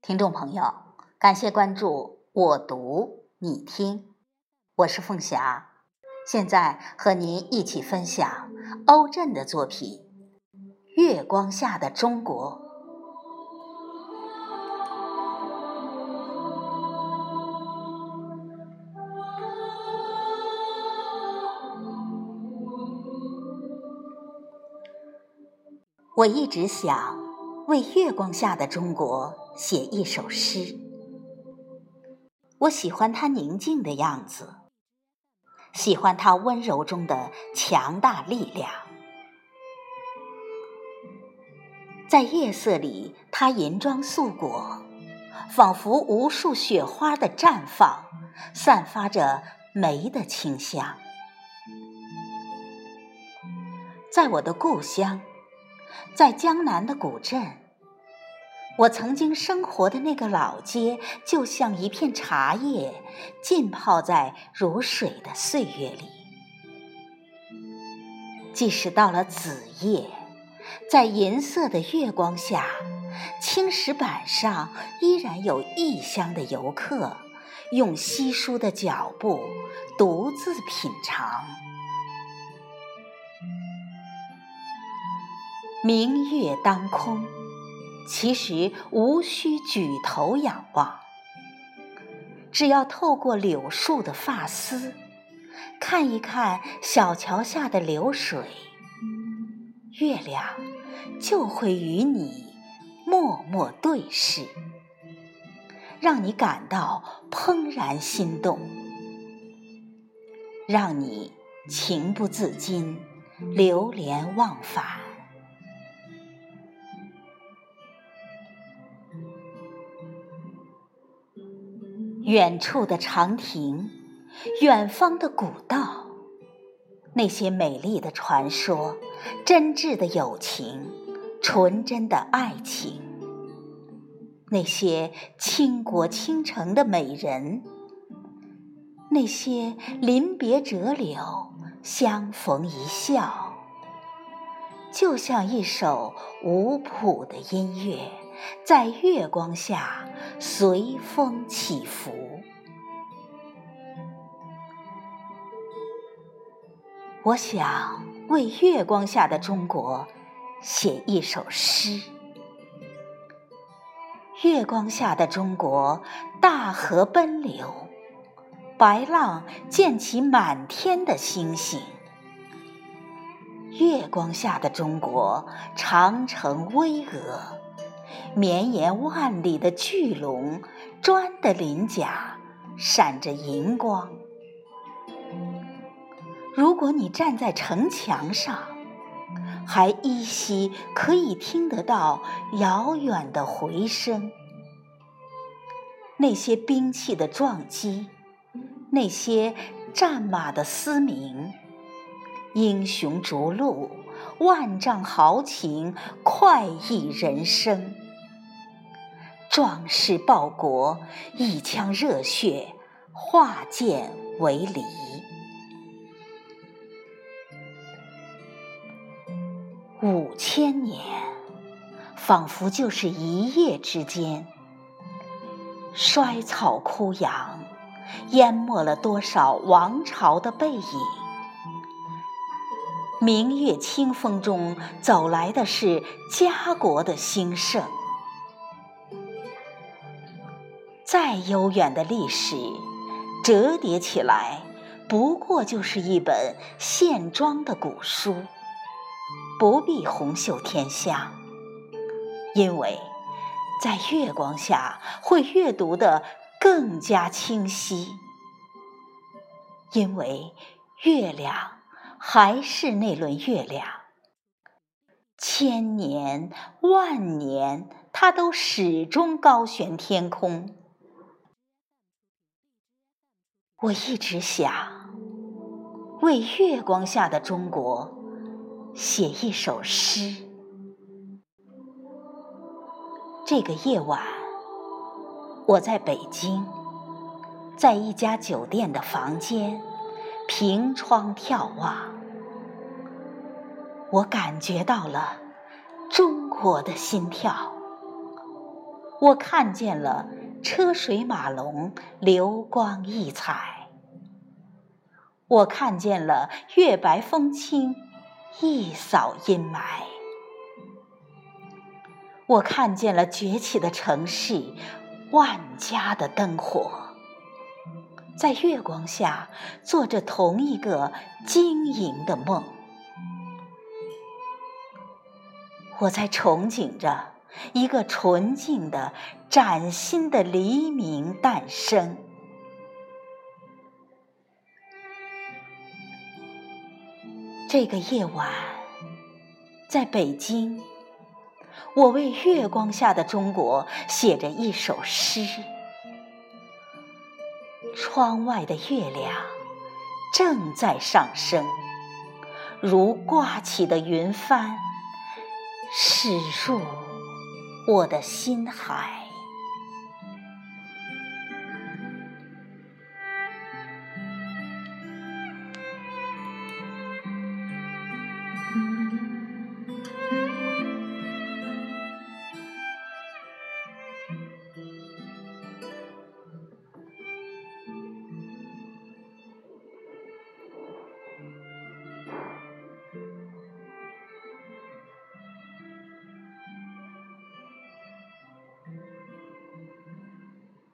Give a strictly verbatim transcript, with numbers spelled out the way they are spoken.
听众朋友，感谢关注我读你听，我是凤霞，现在和您一起分享欧震的作品《月光下的中国》。我一直想为月光下的中国写一首诗。我喜欢它宁静的样子，喜欢它温柔中的强大力量。在夜色里，它银装素裹，仿佛无数雪花的绽放，散发着梅的清香。在我的故乡，在江南的古镇，我曾经生活的那个老街，就像一片茶叶，浸泡在如水的岁月里。即使到了子夜，在银色的月光下，青石板上依然有异乡的游客，用稀疏的脚步独自品尝。明月当空，其实无需举头仰望，只要透过柳树的发丝，看一看小桥下的流水，月亮就会与你默默对视，让你感到怦然心动，让你情不自禁流连忘返。远处的长亭，远方的古道，那些美丽的传说，真挚的友情，纯真的爱情，那些倾国倾城的美人，那些临别折柳，相逢一笑，就像一首无谱的音乐，在月光下随风起伏。我想为月光下的中国写一首诗。月光下的中国，大河奔流，白浪溅起满天的星星。月光下的中国，长城巍峨，绵延万里的巨龙，砖的鳞甲闪着银光。如果你站在城墙上，还依稀可以听得到遥远的回声，那些兵器的撞击，那些战马的嘶鸣，英雄逐鹿，万丈豪情，快意人生。壮士报国，一腔热血，化剑为犁。五千年，仿佛就是一夜之间，衰草枯杨，淹没了多少王朝的背影。明月清风中走来的是家国的兴盛。再悠远的历史，折叠起来，不过就是一本线装的古书，不必红袖添香，因为在月光下会阅读得更加清晰，因为月亮还是那轮月亮，千年万年，它都始终高悬天空。我一直想为月光下的中国写一首诗。这个夜晚，我在北京，在一家酒店的房间，凭窗眺望，我感觉到了中国的心跳。 我看见了车水马龙，流光溢彩；我看见了月白风清，一扫阴霾；我看见了崛起的城市，万家的灯火，在月光下做着同一个晶莹的梦。我在憧憬着一个纯净的、崭新的黎明诞生。这个夜晚，在北京，我为月光下的中国写着一首诗。窗外的月亮正在上升，如刮起的云帆，驶入我的心海。